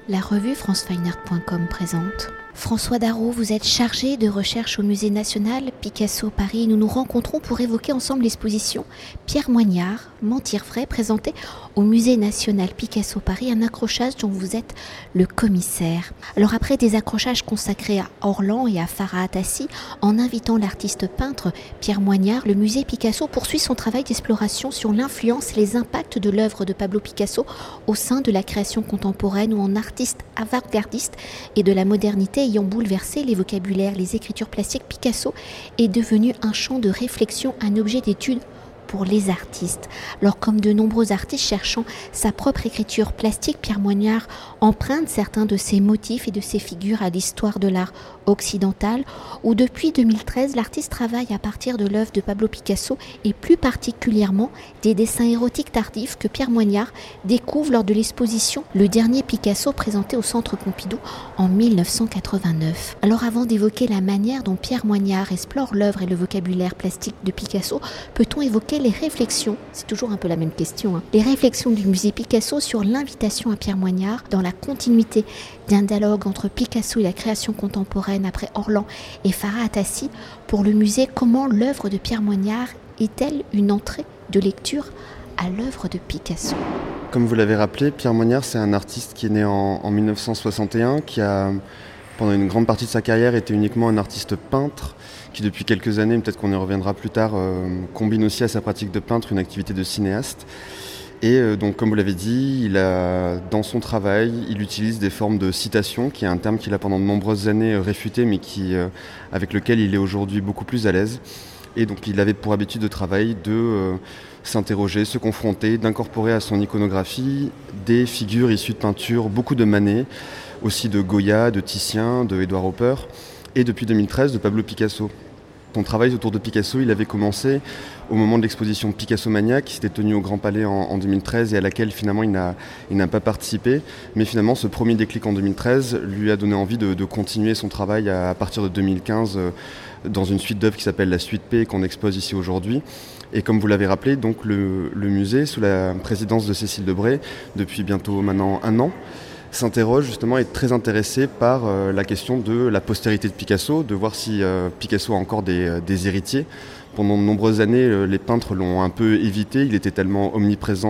La revue francefineart.com présente. François Darrot, vous êtes chargé de recherche au Musée national Picasso Paris. Nous nous rencontrons pour évoquer ensemble l'exposition Pierre Moignard, Mentir vrai, présentée au Musée national Picasso Paris, un accrochage dont vous êtes le commissaire. Alors après des accrochages consacrés à Orlan et à Farah Atassi, en invitant l'artiste peintre Pierre Moignard, le musée Picasso poursuit son travail d'exploration sur l'influence et les impacts de l'œuvre de Pablo Picasso au sein de la création contemporaine ou en artiste avant-gardiste et de la modernité ayant bouleversé les vocabulaires, les écritures plastiques. Picasso est devenu un champ de réflexion, un objet d'étude pour les artistes. Alors comme de nombreux artistes cherchant sa propre écriture plastique, Pierre Moignard emprunte certains de ses motifs et de ses figures à l'histoire de l'art occidental, où depuis 2013, l'artiste travaille à partir de l'œuvre de Pablo Picasso et plus particulièrement des dessins érotiques tardifs que Pierre Moignard découvre lors de l'exposition Le Dernier Picasso présenté au Centre Pompidou en 1989. Alors avant d'évoquer la manière dont Pierre Moignard explore l'œuvre et le vocabulaire plastique de Picasso, peut-on évoquer les réflexions, c'est toujours un peu la même question, les réflexions du musée Picasso sur l'invitation à Pierre Moignard dans la continuité d'un dialogue entre Picasso et la création contemporaine après Orlan et Farah Atassi. Pour le musée, comment l'œuvre de Pierre Moignard est-elle une entrée de lecture à l'œuvre de Picasso ? Comme vous l'avez rappelé, Pierre Moignard, c'est un artiste qui est né en 1961, qui a, pendant une grande partie de sa carrière, été uniquement un artiste peintre, qui depuis quelques années, peut-être qu'on y reviendra plus tard, combine aussi à sa pratique de peintre une activité de cinéaste. Et donc, comme vous l'avez dit, dans son travail, il utilise des formes de citation, qui est un terme qu'il a pendant de nombreuses années réfuté, mais avec lequel il est aujourd'hui beaucoup plus à l'aise. Et donc, il avait pour habitude de travail de s'interroger, se confronter, d'incorporer à son iconographie des figures issues de peinture, beaucoup de Manet, aussi de Goya, de Titien, de Edward Hopper, et depuis 2013 de Pablo Picasso. Son travail autour de Picasso, il avait commencé au moment de l'exposition Picasso Mania qui s'était tenue au Grand Palais en 2013 et à laquelle finalement il n'a pas participé. Mais finalement ce premier déclic en 2013 lui a donné envie de continuer son travail à partir de 2015 dans une suite d'œuvres qui s'appelle la Suite P qu'on expose ici aujourd'hui. Et comme vous l'avez rappelé, donc le musée, sous la présidence de Cécile Debray, depuis bientôt maintenant un an, s'interroge justement et est très intéressé par la question de la postérité de Picasso, de voir si Picasso a encore des héritiers. Pendant de nombreuses années, les peintres l'ont un peu évité, il était tellement omniprésent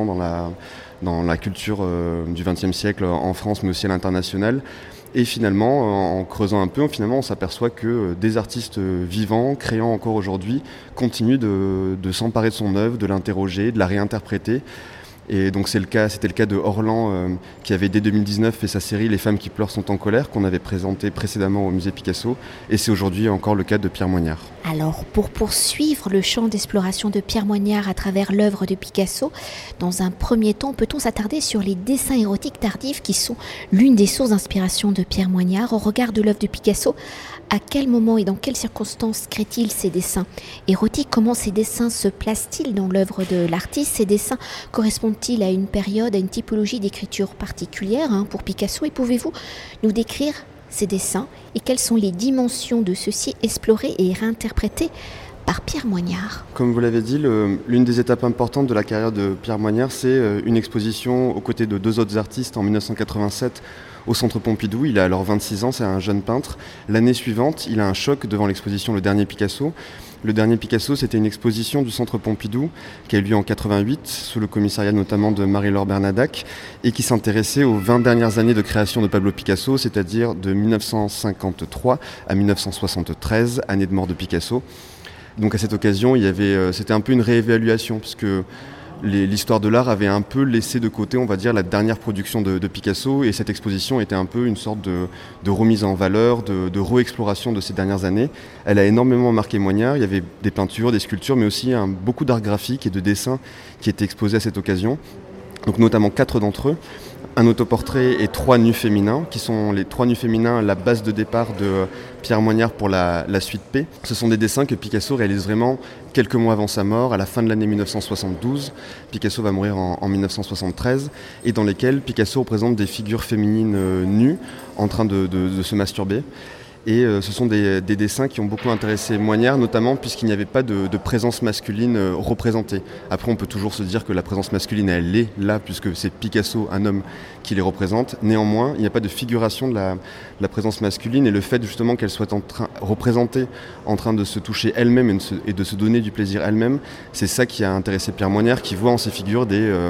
dans la culture du XXe siècle en France mais aussi à l'international. Et finalement, en creusant un peu, on s'aperçoit que des artistes vivants, créant encore aujourd'hui, continuent de s'emparer de son œuvre, de l'interroger, de la réinterpréter. Et donc c'était le cas de Orlan qui avait dès 2019 fait sa série Les femmes qui pleurent sont en colère qu'on avait présenté précédemment au musée Picasso et c'est aujourd'hui encore le cas de Pierre Moignard. Alors pour poursuivre le champ d'exploration de Pierre Moignard à travers l'œuvre de Picasso, dans un premier temps peut-on s'attarder sur les dessins érotiques tardifs qui sont l'une des sources d'inspiration de Pierre Moignard au regard de l'œuvre de Picasso. À quel moment et dans quelles circonstances crée-t-il ces dessins érotiques ? Comment ces dessins se placent-ils dans l'œuvre de l'artiste ? Ces dessins correspondent-ils à une période, à une typologie d'écriture particulière pour Picasso ? Et pouvez-vous nous décrire ces dessins et quelles sont les dimensions de ceux-ci explorés et réinterprétés par Pierre Moignard ? Comme vous l'avez dit, l'une des étapes importantes de la carrière de Pierre Moignard, c'est une exposition aux côtés de deux autres artistes en 1987 au Centre Pompidou. Il a alors 26 ans, c'est un jeune peintre. L'année suivante, il a un choc devant l'exposition Le Dernier Picasso. Le Dernier Picasso, c'était une exposition du Centre Pompidou qui a eu lieu en 88, sous le commissariat notamment de Marie-Laure Bernadac, et qui s'intéressait aux 20 dernières années de création de Pablo Picasso, c'est-à-dire de 1953 à 1973, année de mort de Picasso. Donc à cette occasion, c'était un peu une réévaluation, puisque l'histoire de l'art avait un peu laissé de côté, on va dire, la dernière production de Picasso, et cette exposition était un peu une sorte de remise en valeur, de réexploration de ces dernières années. Elle a énormément marqué Moignard, il y avait des peintures, des sculptures, mais aussi beaucoup d'art graphique et de dessins qui étaient exposés à cette occasion, donc notamment 4 d'entre eux. Un autoportrait et 3 nus féminins, qui sont les 3 nus féminins, la base de départ de Pierre Moignard pour la suite P. Ce sont des dessins que Picasso réalise vraiment quelques mois avant sa mort, à la fin de l'année 1972. Picasso va mourir en 1973, et dans lesquels Picasso représente des figures féminines nues, en train de se masturber. Et ce sont des dessins qui ont beaucoup intéressé Moignard, notamment puisqu'il n'y avait pas de présence masculine représentée. Après, on peut toujours se dire que la présence masculine, elle est là, puisque c'est Picasso, un homme, qui les représente. Néanmoins, il n'y a pas de figuration de la présence masculine, et le fait justement qu'elle soit représentée en train de se toucher elle-même et de se donner du plaisir elle-même, c'est ça qui a intéressé Pierre Moignard, qui voit en ces figures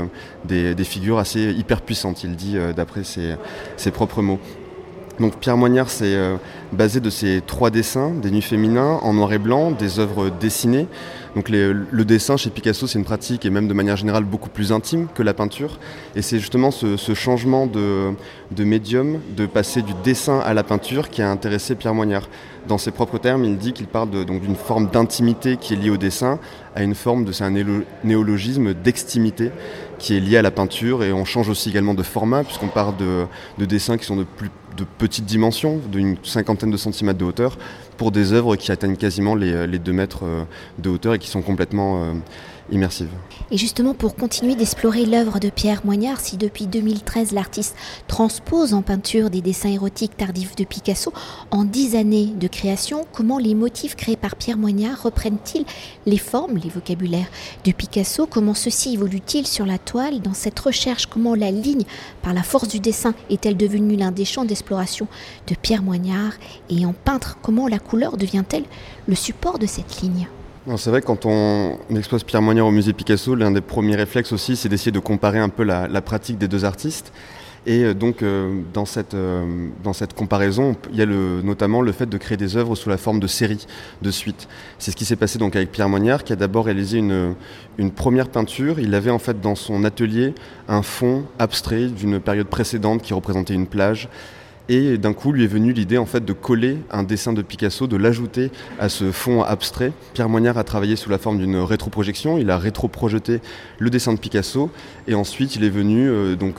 des figures assez hyper puissantes, il dit d'après ses propres mots. Donc Pierre Moignard s'est basé de ces 3 dessins, des nus féminins en noir et blanc, des œuvres dessinées. Donc le dessin chez Picasso, c'est une pratique, et même de manière générale beaucoup plus intime que la peinture. Et c'est justement ce changement de médium, de passer du dessin à la peinture, qui a intéressé Pierre Moignard. Dans ses propres termes, il dit qu'il parle donc d'une forme d'intimité qui est liée au dessin, à une forme c'est un néologisme d'extimité qui est lié à la peinture. Et on change aussi également de format, puisqu'on parle de dessins qui sont de petites dimensions, d'une 50aine de centimètres de hauteur, pour des œuvres qui atteignent quasiment les 2 mètres de hauteur et qui sont complètement immersive. Et justement, pour continuer d'explorer l'œuvre de Pierre Moignard, si depuis 2013 l'artiste transpose en peinture des dessins érotiques tardifs de Picasso, en 10 années de création, comment les motifs créés par Pierre Moignard reprennent-ils les formes, les vocabulaires de Picasso? Comment ceci évolue-t-il sur la toile? Dans cette recherche, comment la ligne, par la force du dessin, est-elle devenue l'un des champs d'exploration de Pierre Moignard? Et en peintre, comment la couleur devient-elle le support de cette ligne? Alors c'est vrai que quand on expose Pierre Moignard au musée Picasso, l'un des premiers réflexes aussi, c'est d'essayer de comparer un peu la pratique des 2 artistes. Et donc dans cette comparaison, il y a notamment le fait de créer des œuvres sous la forme de séries, de suites. C'est ce qui s'est passé donc avec Pierre Moignard, qui a d'abord réalisé une première peinture. Il avait en fait dans son atelier un fond abstrait d'une période précédente qui représentait une plage. Et d'un coup, lui est venue l'idée en fait de coller un dessin de Picasso, de l'ajouter à ce fond abstrait. Pierre Moignard a travaillé sous la forme d'une rétroprojection. Il a rétroprojeté le dessin de Picasso, et ensuite il est venu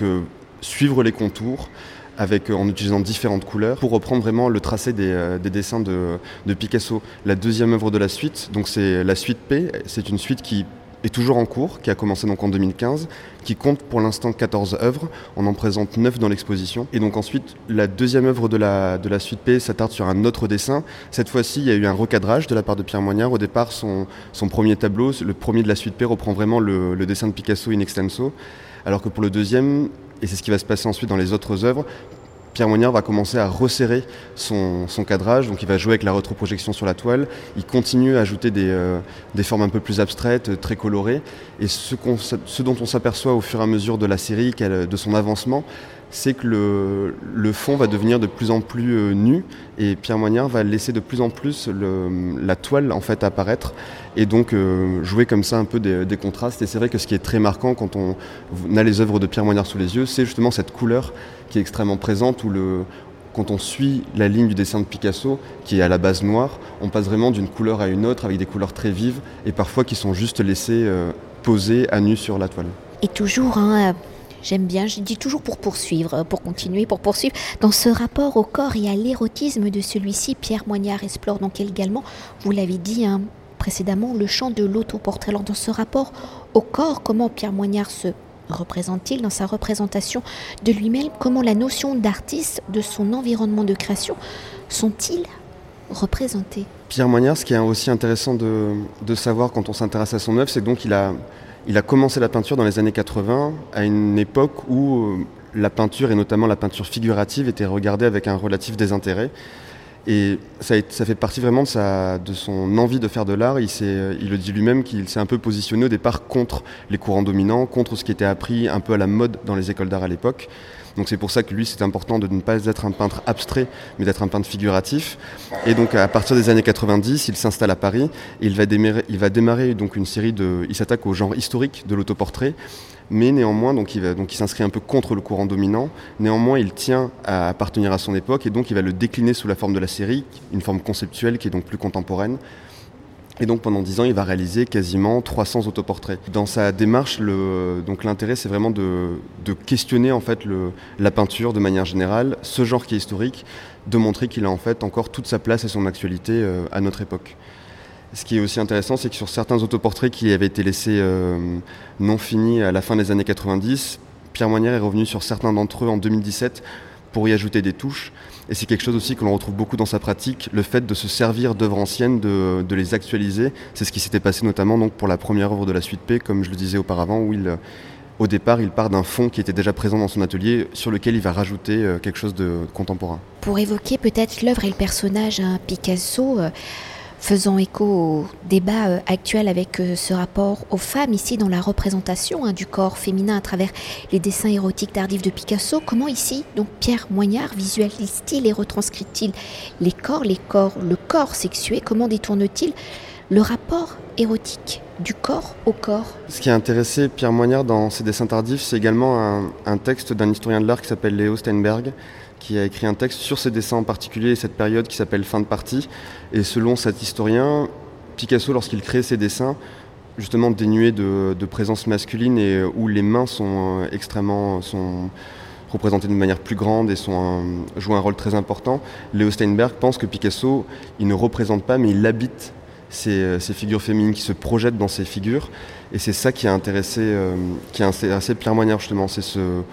suivre les contours en utilisant différentes couleurs pour reprendre vraiment le tracé des dessins de Picasso. La deuxième œuvre de la suite, donc c'est la suite P. C'est une suite qui est toujours en cours, qui a commencé donc en 2015, qui compte pour l'instant 14 œuvres. On en présente 9 dans l'exposition. Et donc ensuite, la deuxième œuvre de la suite P s'attarde sur un autre dessin. Cette fois-ci, il y a eu un recadrage de la part de Pierre Moignard. Au départ, son premier tableau, le premier de la suite P, reprend vraiment le dessin de Picasso in extenso, alors que pour le deuxième, et c'est ce qui va se passer ensuite dans les autres œuvres, Pierre Moignard va commencer à resserrer son cadrage, donc il va jouer avec la rétroprojection sur la toile, il continue à ajouter des formes un peu plus abstraites, très colorées, et ce dont on s'aperçoit au fur et à mesure de la série, de son avancement, c'est que le fond va devenir de plus en plus nu, et Pierre Moignard va laisser de plus en plus la toile en fait apparaître, et donc jouer comme ça un peu des contrastes. Et c'est vrai que ce qui est très marquant quand on a les œuvres de Pierre Moignard sous les yeux, c'est justement cette couleur qui est extrêmement présente, quand on suit la ligne du dessin de Picasso, qui est à la base noire, on passe vraiment d'une couleur à une autre, avec des couleurs très vives, et parfois qui sont juste laissées poser à nu sur la toile. Et toujours, j'aime bien, je dis toujours pour poursuivre, pour continuer, pour poursuivre. Dans ce rapport au corps et à l'érotisme de celui-ci, Pierre Moignard explore donc également, vous l'avez dit précédemment, le champ de l'autoportrait. Alors dans ce rapport au corps, comment Pierre Moignard se représente-t-il dans sa représentation de lui-même? Comment la notion d'artiste, de son environnement de création, sont-ils représentés? Pierre Moignard, ce qui est aussi intéressant de savoir quand on s'intéresse à son œuvre, c'est donc il a commencé la peinture dans les années 80, à une époque où la peinture, et notamment la peinture figurative, était regardée avec un relatif désintérêt. Et ça fait partie vraiment de son envie de faire de l'art. Il le dit lui-même qu'il s'est un peu positionné au départ contre les courants dominants, contre ce qui était appris un peu à la mode dans les écoles d'art à l'époque. Donc c'est pour ça que lui, c'est important de ne pas être un peintre abstrait, mais d'être un peintre figuratif. Et donc à partir des années 90, il s'installe à Paris et il va démarrer donc une série il s'attaque au genre historique de l'autoportrait. Mais néanmoins, il s'inscrit un peu contre le courant dominant. Néanmoins, il tient à appartenir à son époque, et donc il va le décliner sous la forme de la série, une forme conceptuelle qui est donc plus contemporaine. Et donc pendant 10 ans, il va réaliser quasiment 300 autoportraits. Dans sa démarche, l'intérêt, c'est vraiment de questionner en fait la peinture de manière générale, ce genre qui est historique, de montrer qu'il a en fait encore toute sa place et son actualité à notre époque. Ce qui est aussi intéressant, c'est que sur certains autoportraits qui avaient été laissés non finis à la fin des années 90, Pierre Moignard est revenu sur certains d'entre eux en 2017 pour y ajouter des touches. Et c'est quelque chose aussi que l'on retrouve beaucoup dans sa pratique, le fait de se servir d'œuvres anciennes, de les actualiser. C'est ce qui s'était passé notamment donc, pour la première œuvre de la suite P, comme je le disais auparavant, où au départ, il part d'un fond qui était déjà présent dans son atelier, sur lequel il va rajouter quelque chose de contemporain. Pour évoquer peut-être l'œuvre et le personnage, Picasso, faisant écho au débat actuel avec ce rapport aux femmes ici dans la représentation du corps féminin à travers les dessins érotiques tardifs de Picasso, comment ici, donc Pierre Moignard, visualise-t-il et retranscrit-il le corps sexué, comment détourne-t-il le rapport érotique du corps au corps? Ce qui a intéressé Pierre Moignard dans ses dessins tardifs, c'est également un texte d'un historien de l'art qui s'appelle Léo Steinberg, qui a écrit un texte sur ces dessins en particulier et cette période qui s'appelle Fin de partie. Et selon cet historien, Picasso, lorsqu'il crée ses dessins, justement dénués de présence masculine et où les mains sont représentées d'une manière plus grande et jouent un rôle très important, Léo Steinberg pense que Picasso, il ne représente pas, mais il habite ces figures féminines qui se projettent dans ces figures. Et c'est ça qui a intéressé Pierre Moignard, justement. C'est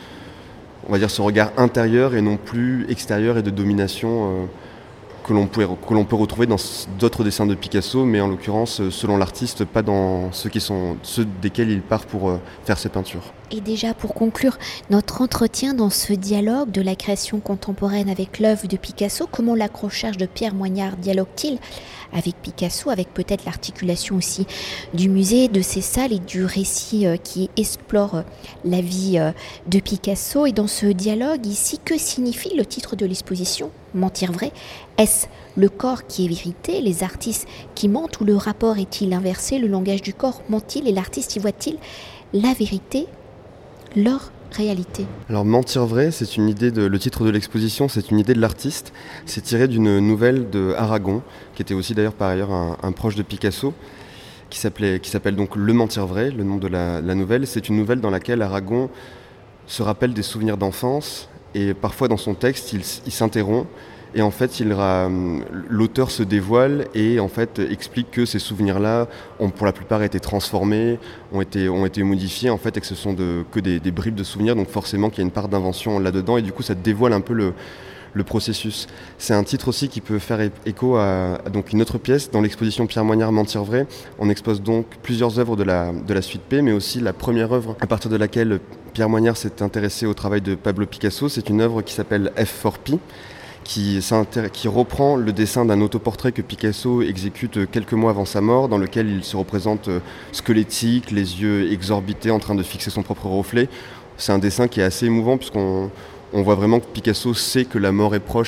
ce regard intérieur et non plus extérieur et de domination que l'on peut retrouver dans d'autres dessins de Picasso, mais en l'occurrence, selon l'artiste, pas dans ceux desquels il part pour faire ses peintures. Et déjà pour conclure notre entretien dans ce dialogue de la création contemporaine avec l'œuvre de Picasso, comment l'accrochage de Pierre Moignard dialogue-t-il avec Picasso, avec peut-être l'articulation aussi du musée, de ses salles et du récit qui explore la vie de Picasso. Et dans ce dialogue ici, que signifie le titre de l'exposition, Mentir vrai? Est-ce le corps qui est vérité, les artistes qui mentent, ou le rapport est-il inversé? Le langage du corps ment-il et l'artiste y voit-il la vérité, leur réalité? Alors Mentir vrai, c'est une idée le titre de l'exposition, c'est une idée de l'artiste. C'est tiré d'une nouvelle de Aragon, qui était aussi d'ailleurs par ailleurs un proche de Picasso, qui s'appelle donc Le Mentir vrai, le nom de la nouvelle. C'est une nouvelle dans laquelle Aragon se rappelle des souvenirs d'enfance et parfois dans son texte il s'interrompt. Et en fait, l'auteur se dévoile et en fait explique que ces souvenirs-là ont pour la plupart été transformés, ont été modifiés en fait, et que ce sont que des bribes de souvenirs, donc forcément qu'il y a une part d'invention là-dedans, et du coup ça dévoile un peu le processus. C'est un titre aussi qui peut faire écho à donc une autre pièce dans l'exposition Pierre Moignard Mentir vrai. On expose donc plusieurs œuvres de la suite P, mais aussi la première œuvre à partir de laquelle Pierre Moignard s'est intéressé au travail de Pablo Picasso. C'est une œuvre qui s'appelle F4P, qui reprend le dessin d'un autoportrait que Picasso exécute quelques mois avant sa mort, dans lequel il se représente squelettique, les yeux exorbités, en train de fixer son propre reflet. C'est un dessin qui est assez émouvant, puisqu'on voit vraiment que Picasso sait que la mort est proche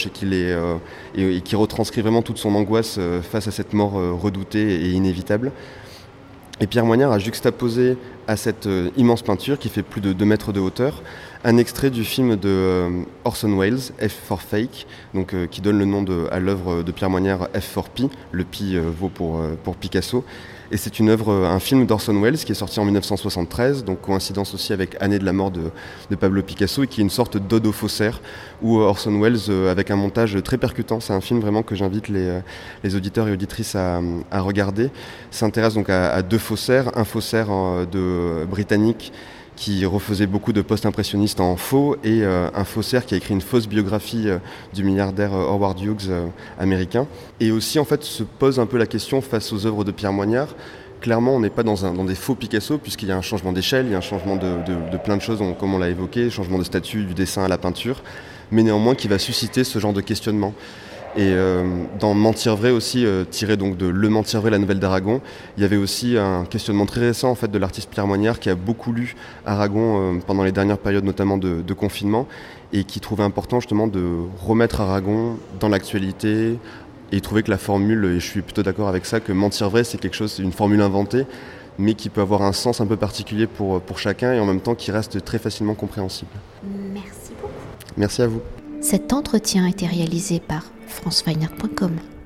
et qui retranscrit vraiment toute son angoisse face à cette mort redoutée et inévitable. Et Pierre Moignard a juxtaposé à cette immense peinture qui fait plus de 2 mètres de hauteur un extrait du film de Orson Welles, F for Fake, donc, qui donne le nom à l'œuvre de Pierre Moignard, F for P. Le Pi vaut pour Picasso. Et c'est un film d'Orson Welles qui est sorti en 1973, donc coïncidence aussi avec année de la mort de Pablo Picasso, et qui est une sorte d'ode aux faussaires, où Orson Welles, avec un montage très percutant, c'est un film vraiment que j'invite les auditeurs et auditrices à regarder, s'intéresse donc à 2 faussaires, un faussaire britannique qui refaisait beaucoup de post-impressionnistes en faux, et un faussaire qui a écrit une fausse biographie du milliardaire Howard Hughes américain. Et aussi, en fait, se pose un peu la question face aux œuvres de Pierre Moignard. Clairement, on n'est pas dans des faux Picasso, puisqu'il y a un changement d'échelle, il y a un changement de plein de choses, comme on l'a évoqué, changement de statut du dessin à la peinture, mais néanmoins qui va susciter ce genre de questionnement. Et dans Mentir vrai aussi, tiré donc de Le Mentir vrai, la nouvelle d'Aragon, il y avait aussi un questionnement très récent en fait, de l'artiste Pierre Moignard qui a beaucoup lu Aragon pendant les dernières périodes notamment de confinement, et qui trouvait important justement de remettre Aragon dans l'actualité, et il trouvait que la formule, et je suis plutôt d'accord avec ça, que Mentir vrai c'est une formule inventée, mais qui peut avoir un sens un peu particulier pour chacun, et en même temps qui reste très facilement compréhensible. Merci beaucoup. Merci à vous. Cet entretien a été réalisé par franceweiner.com.